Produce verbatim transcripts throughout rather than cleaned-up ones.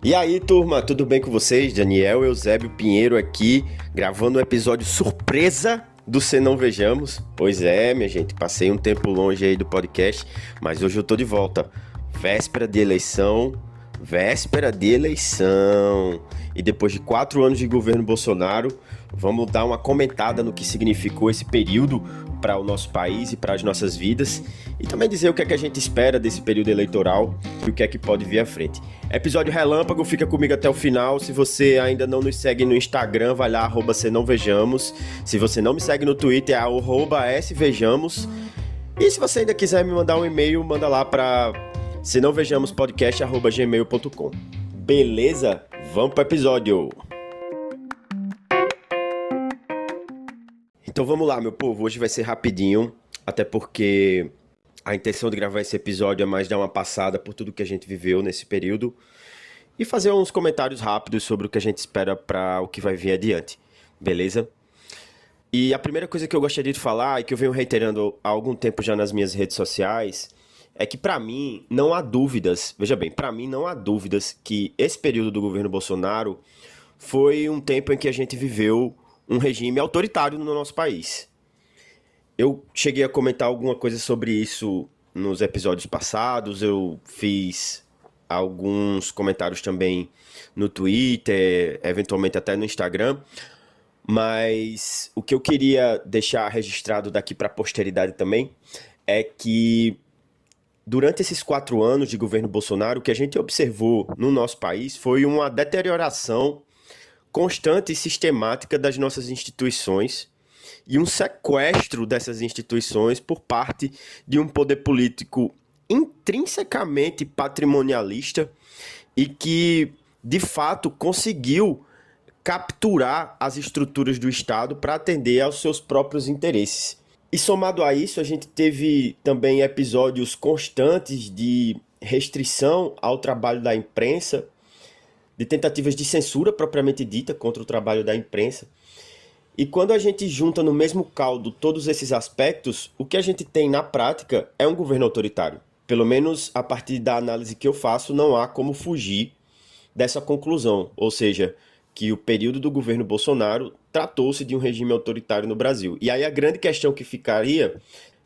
E aí, turma, tudo bem com vocês? Daniel Eusébio Pinheiro aqui, gravando um episódio surpresa do Se Não Vejamos. Pois é, minha gente, passei um tempo longe aí do podcast, mas hoje eu tô de volta. Véspera de eleição, véspera de eleição. E depois de quatro anos de governo Bolsonaro, vamos dar uma comentada no que significou esse período para o nosso país e para as nossas vidas, e também dizer o que é que a gente espera desse período eleitoral e o que é que pode vir à frente. Episódio relâmpago, fica comigo até o final. Se você ainda não nos segue no Instagram, vai lá, arroba Se Não Vejamos. Se você não me segue no Twitter, é arroba SVejamos. E se você ainda quiser me mandar um e-mail, manda lá para se não vejamos podcast arroba gmail ponto com. Beleza? Vamos para o episódio! Então vamos lá, meu povo, hoje vai ser rapidinho, até porque a intenção de gravar esse episódio é mais dar uma passada por tudo que a gente viveu nesse período e fazer uns comentários rápidos sobre o que a gente espera para o que vai vir adiante, beleza? E a primeira coisa que eu gostaria de falar, e que eu venho reiterando há algum tempo já nas minhas redes sociais, é que para mim não há dúvidas, veja bem, para mim não há dúvidas que esse período do governo Bolsonaro foi um tempo em que a gente viveu um regime autoritário no nosso país. Eu cheguei a comentar alguma coisa sobre isso nos episódios passados, eu fiz alguns comentários também no Twitter, eventualmente até no Instagram, mas o que eu queria deixar registrado daqui para a posteridade também é que durante esses quatro anos de governo Bolsonaro, o que a gente observou no nosso país foi uma deterioração constante e sistemática das nossas instituições e um sequestro dessas instituições por parte de um poder político intrinsecamente patrimonialista e que, de fato, conseguiu capturar as estruturas do Estado para atender aos seus próprios interesses. E somado a isso, a gente teve também episódios constantes de restrição ao trabalho da imprensa, de tentativas de censura propriamente dita contra o trabalho da imprensa. E quando a gente junta no mesmo caldo todos esses aspectos, o que a gente tem na prática é um governo autoritário. Pelo menos a partir da análise que eu faço, não há como fugir dessa conclusão. Ou seja, que o período do governo Bolsonaro tratou-se de um regime autoritário no Brasil. E aí a grande questão que ficaria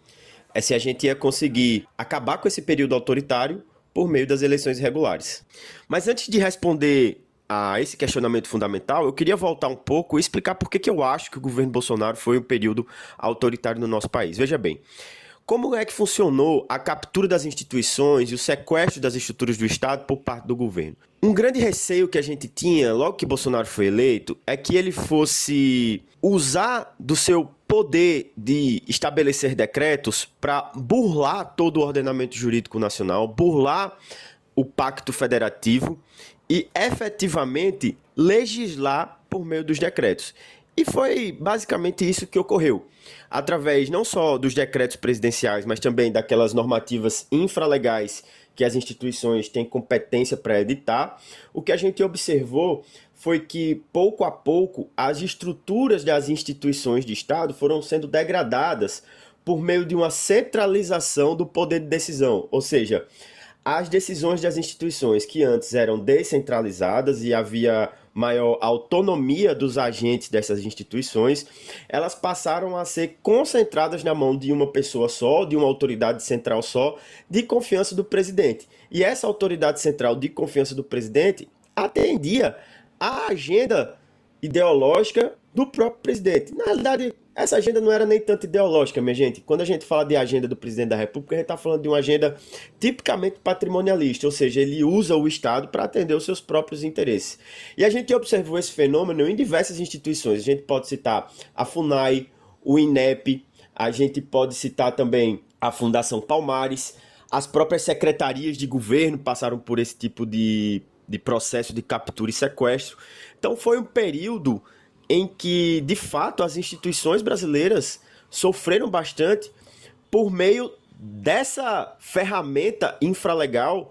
é se a gente ia conseguir acabar com esse período autoritário por meio das eleições regulares. Mas antes de responder a esse questionamento fundamental, eu queria voltar um pouco e explicar por que que eu acho que o governo Bolsonaro foi um período autoritário no nosso país. Veja bem, como é que funcionou a captura das instituições e o sequestro das estruturas do Estado por parte do governo? Um grande receio que a gente tinha logo que Bolsonaro foi eleito é que ele fosse usar do seu poder de estabelecer decretos para burlar todo o ordenamento jurídico nacional, burlar o pacto federativo e efetivamente legislar por meio dos decretos. E foi basicamente isso que ocorreu. Através não só dos decretos presidenciais, mas também daquelas normativas infralegais que as instituições têm competência para editar, o que a gente observou foi que, pouco a pouco, as estruturas das instituições de Estado foram sendo degradadas por meio de uma centralização do poder de decisão. Ou seja, as decisões das instituições que antes eram descentralizadas e havia maior autonomia dos agentes dessas instituições, elas passaram a ser concentradas na mão de uma pessoa só, de uma autoridade central só, de confiança do presidente. E essa autoridade central de confiança do presidente atendia à agenda ideológica do próprio presidente. Na realidade, essa agenda não era nem tanto ideológica, minha gente. Quando a gente fala de agenda do presidente da República, a gente está falando de uma agenda tipicamente patrimonialista, ou seja, ele usa o Estado para atender os seus próprios interesses. E a gente observou esse fenômeno em diversas instituições. A gente pode citar a FUNAI, o INEP, a gente pode citar também a Fundação Palmares, as próprias secretarias de governo passaram por esse tipo de, de processo de captura e sequestro. Então foi um período em que, de fato, as instituições brasileiras sofreram bastante por meio dessa ferramenta infralegal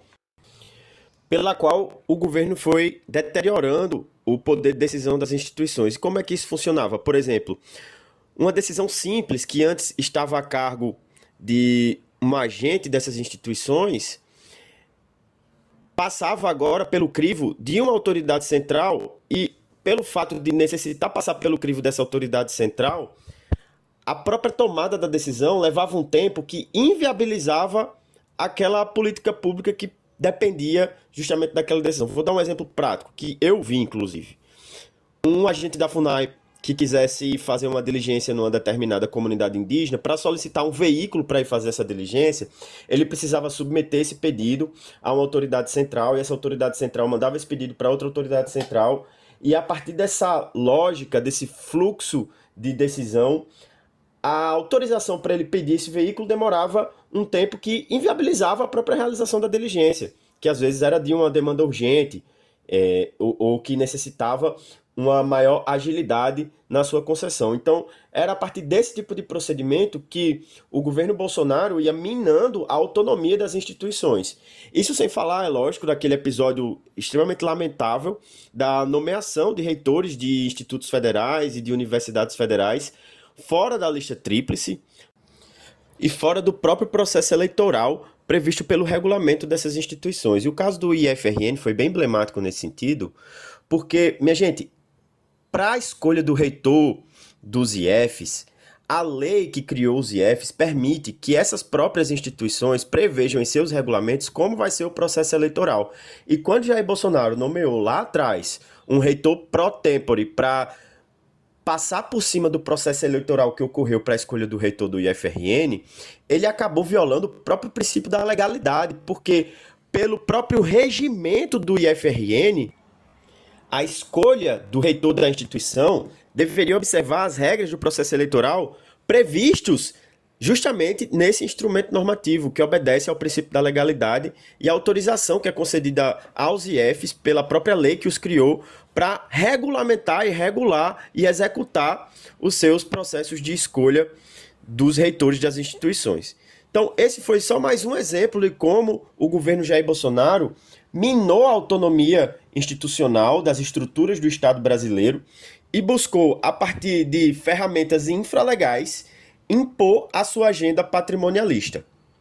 pela qual o governo foi deteriorando o poder de decisão das instituições. E como é que isso funcionava? Por exemplo, uma decisão simples que antes estava a cargo de um agente dessas instituições passava agora pelo crivo de uma autoridade central e, pelo fato de necessitar passar pelo crivo dessa autoridade central, a própria tomada da decisão levava um tempo que inviabilizava aquela política pública que dependia justamente daquela decisão. Vou dar um exemplo prático, que eu vi, inclusive. Um agente da FUNAI que quisesse fazer uma diligência numa determinada comunidade indígena, para solicitar um veículo para ir fazer essa diligência, ele precisava submeter esse pedido a uma autoridade central, e essa autoridade central mandava esse pedido para outra autoridade central, e a partir dessa lógica, desse fluxo de decisão, a autorização para ele pedir esse veículo demorava um tempo que inviabilizava a própria realização da diligência, que às vezes era de uma demanda urgente, é, ou, ou que necessitava uma maior agilidade na sua concessão. Então, era a partir desse tipo de procedimento que o governo Bolsonaro ia minando a autonomia das instituições. Isso sem falar, é lógico, daquele episódio extremamente lamentável da nomeação de reitores de institutos federais e de universidades federais fora da lista tríplice e fora do próprio processo eleitoral previsto pelo regulamento dessas instituições. E o caso do I F R N foi bem emblemático nesse sentido, porque, minha gente, para a escolha do reitor dos I Fs, a lei que criou os I Fs permite que essas próprias instituições prevejam em seus regulamentos como vai ser o processo eleitoral. E quando Jair Bolsonaro nomeou lá atrás um reitor pro tempore para passar por cima do processo eleitoral que ocorreu para a escolha do reitor do I F R N, ele acabou violando o próprio princípio da legalidade, porque pelo próprio regimento do I F R N, a escolha do reitor da instituição deveria observar as regras do processo eleitoral previstos justamente nesse instrumento normativo que obedece ao princípio da legalidade e a autorização que é concedida aos I Fs pela própria lei que os criou para regulamentar e regular e executar os seus processos de escolha dos reitores das instituições. Então, esse foi só mais um exemplo de como o governo Jair Bolsonaro minou a autonomia institucional das estruturas do Estado brasileiro e buscou, a partir de ferramentas infralegais, impor a sua agenda patrimonialista.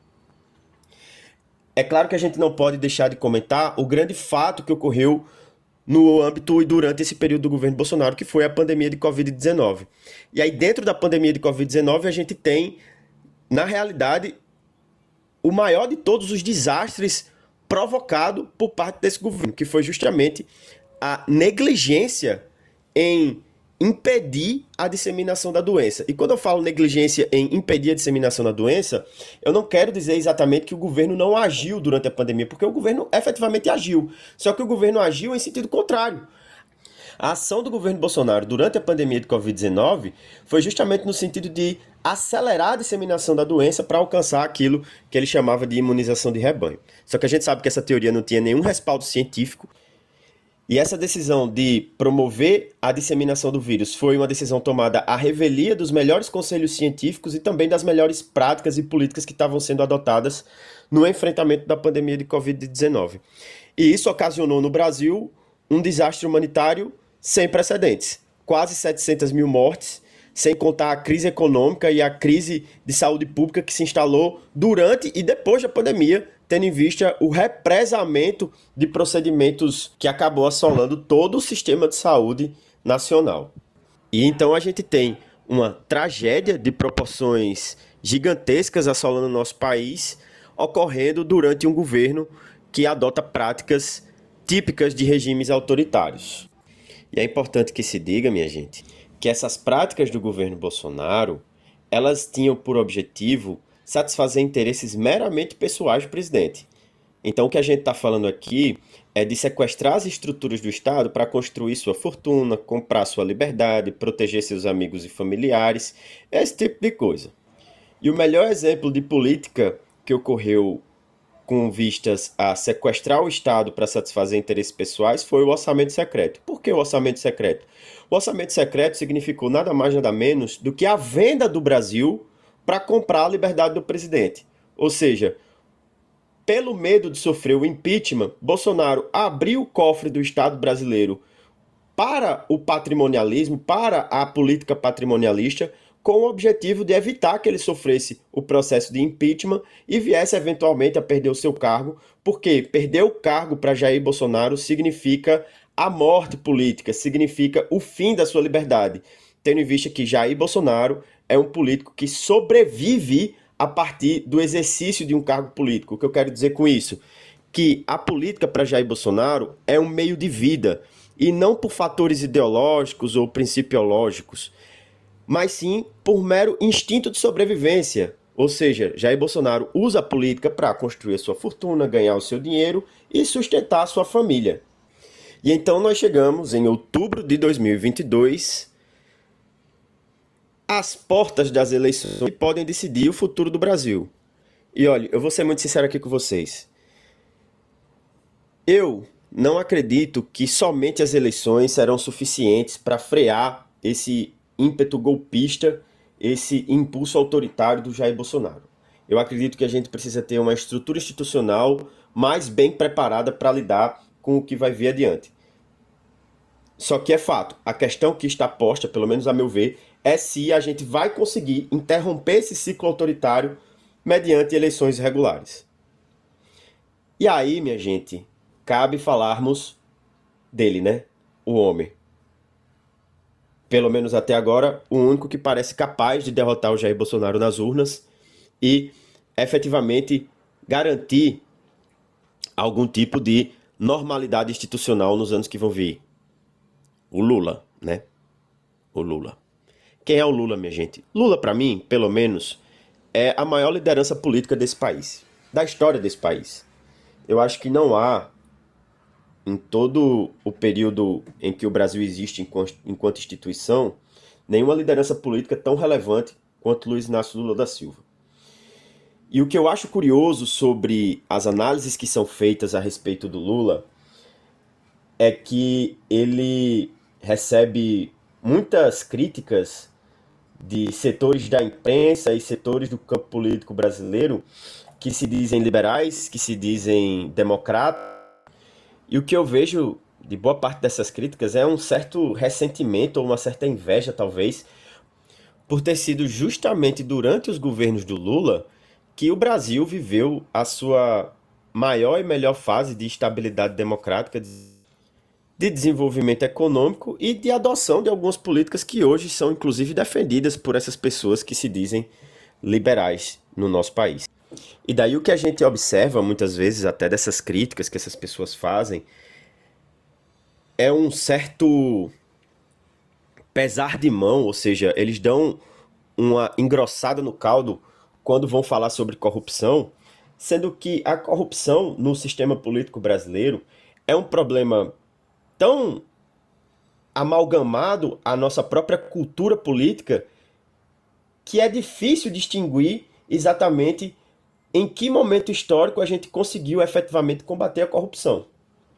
É claro que a gente não pode deixar de comentar o grande fato que ocorreu no âmbito e durante esse período do governo Bolsonaro, que foi a pandemia de covid dezenove. E aí, dentro da pandemia de covid dezenove, a gente tem, na realidade, o maior de todos os desastres provocado por parte desse governo, que foi justamente a negligência em impedir a disseminação da doença. E quando eu falo negligência em impedir a disseminação da doença, eu não quero dizer exatamente que o governo não agiu durante a pandemia, porque o governo efetivamente agiu. Só que o governo agiu em sentido contrário. A ação do governo Bolsonaro durante a pandemia de covid dezenove foi justamente no sentido de acelerar a disseminação da doença para alcançar aquilo que ele chamava de imunização de rebanho. Só que a gente sabe que essa teoria não tinha nenhum respaldo científico, e essa decisão de promover a disseminação do vírus foi uma decisão tomada à revelia dos melhores conselhos científicos e também das melhores práticas e políticas que estavam sendo adotadas no enfrentamento da pandemia de covid dezenove. E isso ocasionou no Brasil um desastre humanitário sem precedentes. Quase setecentas mil mortes, sem contar a crise econômica e a crise de saúde pública que se instalou durante e depois da pandemia, tendo em vista o represamento de procedimentos que acabou assolando todo o sistema de saúde nacional. E então a gente tem uma tragédia de proporções gigantescas assolando o nosso país, ocorrendo durante um governo que adota práticas típicas de regimes autoritários. E é importante que se diga, minha gente, que essas práticas do governo Bolsonaro, elas tinham por objetivo satisfazer interesses meramente pessoais do presidente. Então o que a gente está falando aqui é de sequestrar as estruturas do Estado para construir sua fortuna, comprar sua liberdade, proteger seus amigos e familiares, esse tipo de coisa. E o melhor exemplo de política que ocorreu com vistas a sequestrar o Estado para satisfazer interesses pessoais foi o orçamento secreto. Por que o orçamento secreto? O orçamento secreto significou nada mais nada menos do que a venda do Brasil para comprar a liberdade do presidente. Ou seja, pelo medo de sofrer o impeachment, Bolsonaro abriu o cofre do Estado brasileiro para o patrimonialismo, para a política patrimonialista, com o objetivo de evitar que ele sofresse o processo de impeachment e viesse eventualmente a perder o seu cargo, porque perder o cargo para Jair Bolsonaro significa a morte política, significa o fim da sua liberdade, tendo em vista que Jair Bolsonaro é um político que sobrevive a partir do exercício de um cargo político. O que eu quero dizer com isso? Que a política para Jair Bolsonaro é um meio de vida, e não por fatores ideológicos ou principiológicos, mas sim por mero instinto de sobrevivência. Ou seja, Jair Bolsonaro usa a política para construir a sua fortuna, ganhar o seu dinheiro e sustentar a sua família. E então nós chegamos em outubro de dois mil e vinte e dois, às portas das eleições que podem decidir o futuro do Brasil. E olha, eu vou ser muito sincero aqui com vocês. Eu não acredito que somente as eleições serão suficientes para frear esse ímpeto golpista, esse impulso autoritário do Jair Bolsonaro. Eu acredito que a gente precisa ter uma estrutura institucional mais bem preparada para lidar com o que vai vir adiante. Só que é fato, a questão que está posta, pelo menos a meu ver, é se a gente vai conseguir interromper esse ciclo autoritário mediante eleições regulares. E aí, minha gente, cabe falarmos dele, né? O homem. Pelo menos até agora, o único que parece capaz de derrotar o Jair Bolsonaro nas urnas e efetivamente garantir algum tipo de normalidade institucional nos anos que vão vir. O Lula, né? O Lula. Quem é o Lula, minha gente? Lula, para mim, pelo menos, é a maior liderança política desse país, da história desse país. Eu acho que não há, em todo o período em que o Brasil existe enquanto instituição, nenhuma liderança política tão relevante quanto Luiz Inácio Lula da Silva. E o que eu acho curioso sobre as análises que são feitas a respeito do Lula é que ele recebe muitas críticas de setores da imprensa e setores do campo político brasileiro que se dizem liberais, que se dizem democratas. E o que eu vejo de boa parte dessas críticas é um certo ressentimento ou uma certa inveja, talvez, por ter sido justamente durante os governos do Lula que o Brasil viveu a sua maior e melhor fase de estabilidade democrática, de desenvolvimento econômico e de adoção de algumas políticas que hoje são inclusive defendidas por essas pessoas que se dizem liberais no nosso país. E daí o que a gente observa muitas vezes até dessas críticas que essas pessoas fazem é um certo pesar de mão, ou seja, eles dão uma engrossada no caldo quando vão falar sobre corrupção, sendo que a corrupção no sistema político brasileiro é um problema tão amalgamado à nossa própria cultura política que é difícil distinguir exatamente em que momento histórico a gente conseguiu efetivamente combater a corrupção.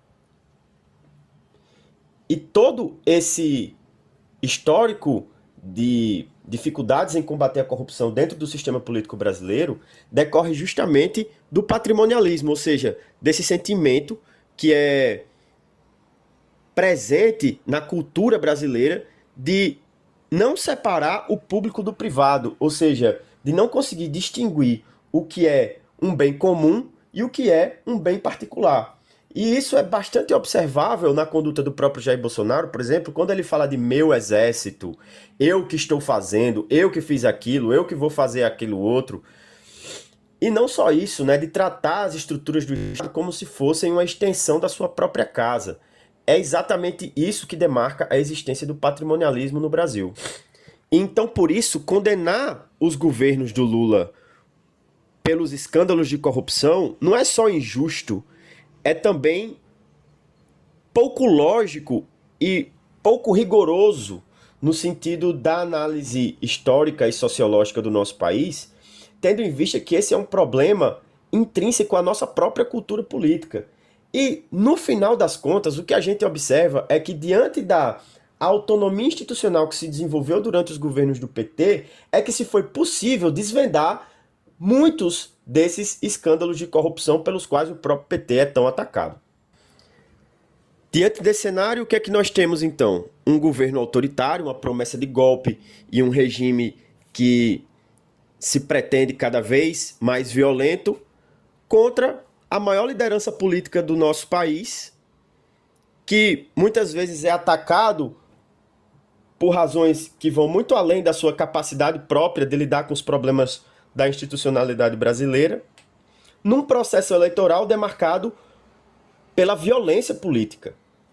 E todo esse histórico de dificuldades em combater a corrupção dentro do sistema político brasileiro decorre justamente do patrimonialismo, ou seja, desse sentimento que é presente na cultura brasileira de não separar o público do privado, ou seja, de não conseguir distinguir o que é um bem comum e o que é um bem particular. E isso é bastante observável na conduta do próprio Jair Bolsonaro, por exemplo, quando ele fala de meu exército, eu que estou fazendo, eu que fiz aquilo, eu que vou fazer aquilo outro. E não só isso, né, de tratar as estruturas do Estado como se fossem uma extensão da sua própria casa. É exatamente isso que demarca a existência do patrimonialismo no Brasil. Então, por isso, condenar os governos do Lula pelos escândalos de corrupção não é só injusto, é também pouco lógico e pouco rigoroso no sentido da análise histórica e sociológica do nosso país, tendo em vista que esse é um problema intrínseco à nossa própria cultura política. E, no final das contas, o que a gente observa é que, diante da autonomia institucional que se desenvolveu durante os governos do P T, é que se foi possível desvendar muitos desses escândalos de corrupção pelos quais o próprio P T é tão atacado. Diante desse cenário, o que é que nós temos, então? Um governo autoritário, uma promessa de golpe e um regime que se pretende cada vez mais violento contra a maior liderança política do nosso país, que muitas vezes é atacado por razões que vão muito além da sua capacidade própria de lidar com os problemas da institucionalidade brasileira, num processo eleitoral demarcado pela violência política.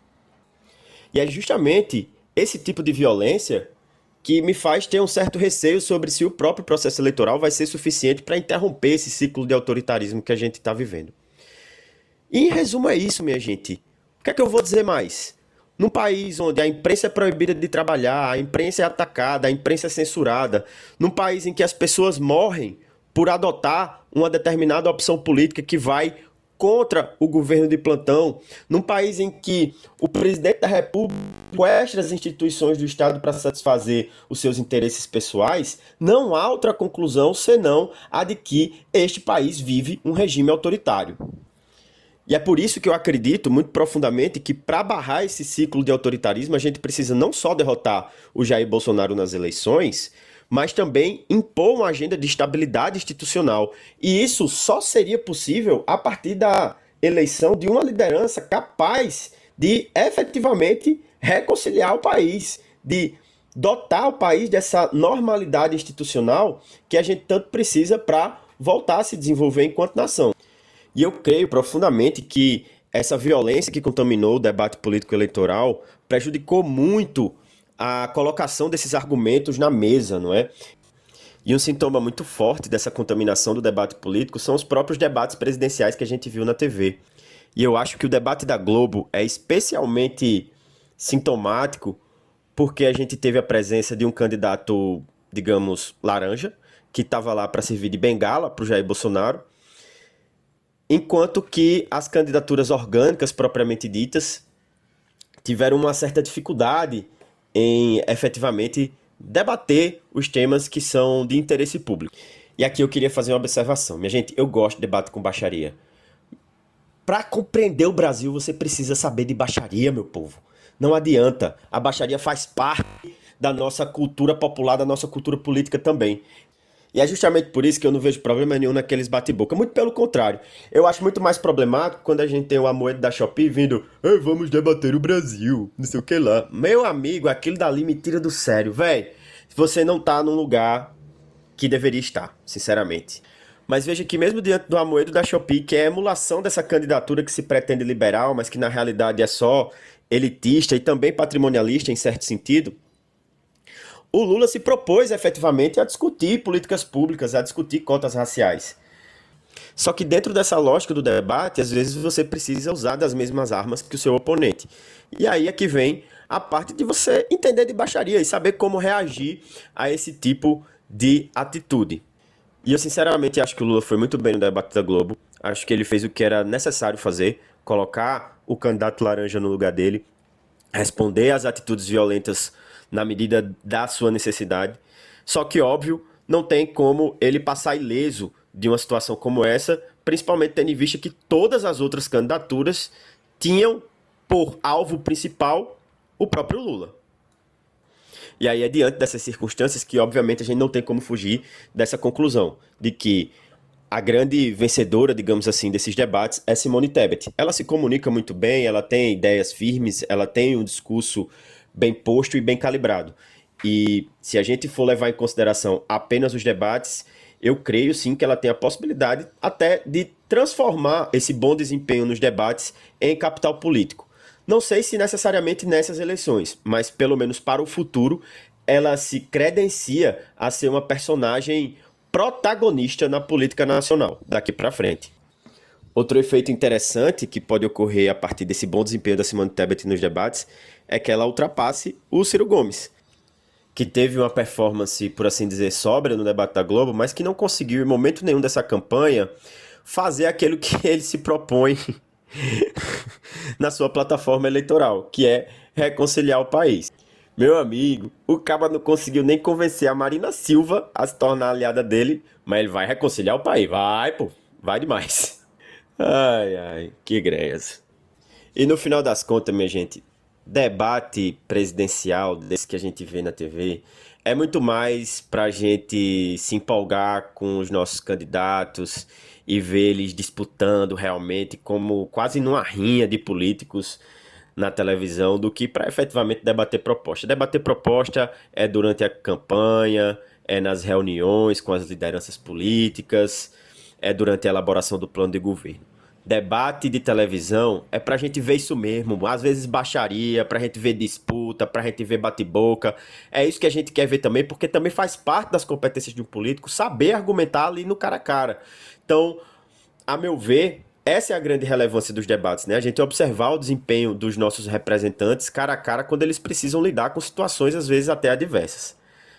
E é justamente esse tipo de violência que me faz ter um certo receio sobre se o próprio processo eleitoral vai ser suficiente para interromper esse ciclo de autoritarismo que a gente está vivendo. E em resumo é isso, minha gente. O que é que eu vou dizer mais? Num país onde a imprensa é proibida de trabalhar, a imprensa é atacada, a imprensa é censurada, num país em que as pessoas morrem por adotar uma determinada opção política que vai contra o governo de plantão, num país em que o presidente da República sequestra as instituições do Estado para satisfazer os seus interesses pessoais, não há outra conclusão senão a de que este país vive um regime autoritário. E é por isso que eu acredito muito profundamente que para barrar esse ciclo de autoritarismo a gente precisa não só derrotar o Jair Bolsonaro nas eleições, mas também impor uma agenda de estabilidade institucional. E isso só seria possível a partir da eleição de uma liderança capaz de efetivamente reconciliar o país, de dotar o país dessa normalidade institucional que a gente tanto precisa para voltar a se desenvolver enquanto nação. E eu creio profundamente que essa violência que contaminou o debate político-eleitoral prejudicou muito a colocação desses argumentos na mesa, não é? E um sintoma muito forte dessa contaminação do debate político são os próprios debates presidenciais que a gente viu na T V. E eu acho que o debate da Globo é especialmente sintomático porque a gente teve a presença de um candidato, digamos, laranja, que estava lá para servir de bengala para o Jair Bolsonaro, enquanto que as candidaturas orgânicas, propriamente ditas, tiveram uma certa dificuldade em efetivamente debater os temas que são de interesse público. E aqui eu queria fazer uma observação. Minha gente, eu gosto de debate com baixaria. Para compreender o Brasil, você precisa saber de baixaria, meu povo. Não adianta. A baixaria faz parte da nossa cultura popular, da nossa cultura política também. E é justamente por isso que eu não vejo problema nenhum naqueles bate-boca. Muito pelo contrário. Eu acho muito mais problemático quando a gente tem o Amoedo da Shopee vindo "Ei, vamos debater o Brasil, não sei o que lá". Meu amigo, aquilo dali me tira do sério. Véi, você não tá num lugar que deveria estar, sinceramente. Mas veja que mesmo diante do Amoedo da Shopee, que é a emulação dessa candidatura que se pretende liberal, mas que na realidade é só elitista e também patrimonialista em certo sentido, o Lula se propôs efetivamente a discutir políticas públicas, a discutir cotas raciais. Só que dentro dessa lógica do debate, às vezes você precisa usar das mesmas armas que o seu oponente. E aí é que vem a parte de você entender de baixaria e saber como reagir a esse tipo de atitude. E eu sinceramente acho que o Lula foi muito bem no debate da Globo. Acho que ele fez o que era necessário fazer, colocar o candidato laranja no lugar dele, responder às atitudes violentas na medida da sua necessidade. Só que, óbvio, não tem como ele passar ileso de uma situação como essa, principalmente tendo em vista que todas as outras candidaturas tinham por alvo principal o próprio Lula. E aí é diante dessas circunstâncias que, obviamente, a gente não tem como fugir dessa conclusão, de que a grande vencedora, digamos assim, desses debates é Simone Tebet. Ela se comunica muito bem, ela tem ideias firmes, ela tem um discurso bem posto e bem calibrado. E se a gente for levar em consideração apenas os debates, eu creio sim que ela tem a possibilidade até de transformar esse bom desempenho nos debates em capital político. Não sei se necessariamente nessas eleições, mas pelo menos para o futuro, ela se credencia a ser uma personagem protagonista na política nacional, daqui para frente. Outro efeito interessante que pode ocorrer a partir desse bom desempenho da Simone Tebet nos debates é que ela ultrapasse o Ciro Gomes, que teve uma performance, por assim dizer, sóbria no debate da Globo, mas que não conseguiu, em momento nenhum dessa campanha, fazer aquilo que ele se propõe na sua plataforma eleitoral, que é reconciliar o país. Meu amigo, o caba não conseguiu nem convencer a Marina Silva a se tornar aliada dele, mas ele vai reconciliar o país. Vai, pô, vai demais. Ai, ai, que greias. E no final das contas, minha gente, debate presidencial desse que a gente vê na T V É muito mais para a gente se empolgar com os nossos candidatos e ver eles disputando realmente como quase numa rinha de políticos na televisão do que para efetivamente debater proposta. Debater proposta é durante a campanha, é nas reuniões com as lideranças políticas, é durante a elaboração do plano de governo. Debate de televisão é pra gente ver isso mesmo, às vezes baixaria, pra gente ver disputa, pra gente ver bate-boca. É isso que a gente quer ver também, porque também faz parte das competências de um político saber argumentar ali no cara a cara. Então, a meu ver, essa é a grande relevância dos debates, né? A gente observar o desempenho dos nossos representantes cara a cara quando eles precisam lidar com situações às vezes até adversas.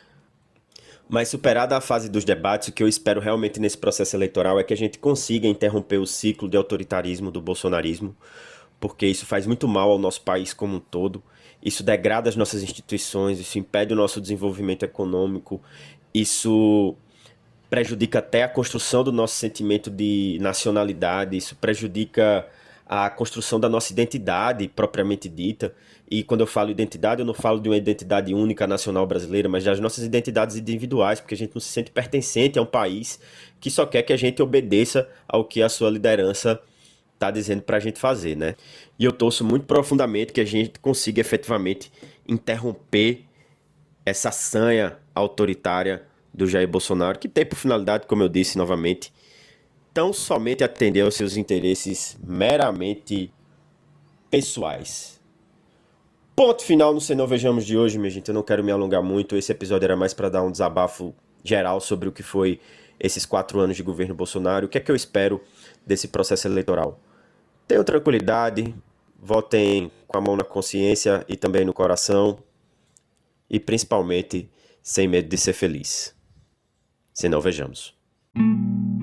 Mas superada a fase dos debates, o que eu espero realmente nesse processo eleitoral é que a gente consiga interromper o ciclo de autoritarismo do bolsonarismo, porque isso faz muito mal ao nosso país como um todo. Isso degrada as nossas instituições, isso impede o nosso desenvolvimento econômico, isso prejudica até a construção do nosso sentimento de nacionalidade, isso prejudica a construção da nossa identidade propriamente dita. E quando eu falo identidade, eu não falo de uma identidade única nacional brasileira, mas das nossas identidades individuais, porque a gente não se sente pertencente a um país que só quer que a gente obedeça ao que a sua liderança está dizendo para a gente fazer, né? E eu torço muito profundamente que a gente consiga efetivamente interromper essa sanha autoritária do Jair Bolsonaro, que tem por finalidade, como eu disse novamente, tão somente atender aos seus interesses meramente pessoais. Ponto final no Se Não Vejamos de hoje, minha gente. Eu não quero me alongar muito. Esse episódio era mais para dar um desabafo geral sobre o que foi esses quatro anos de governo Bolsonaro. O que é que eu espero desse processo eleitoral? Tenham tranquilidade, votem com a mão na consciência e também no coração. E principalmente, sem medo de ser feliz. Se não, vejamos.